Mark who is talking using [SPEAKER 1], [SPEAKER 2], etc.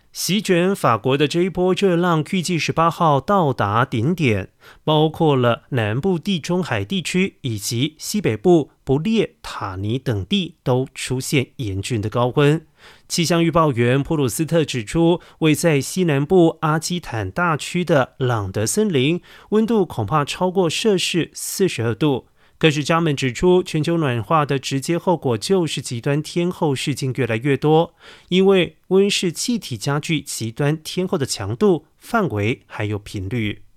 [SPEAKER 1] 席卷法国的这一波热浪预计18号到达顶点，包括了南部地中海地区以及西北部不列塔尼等地都出现严峻的高温。气象预报员普鲁斯特指出，位在西南部阿基坦大区的朗德森林，温度恐怕超过摄氏42度。科学家们指出，全球暖化的直接后果就是极端天候事件越来越多，因为温室气体加剧极端天候的强度、范围还有频率。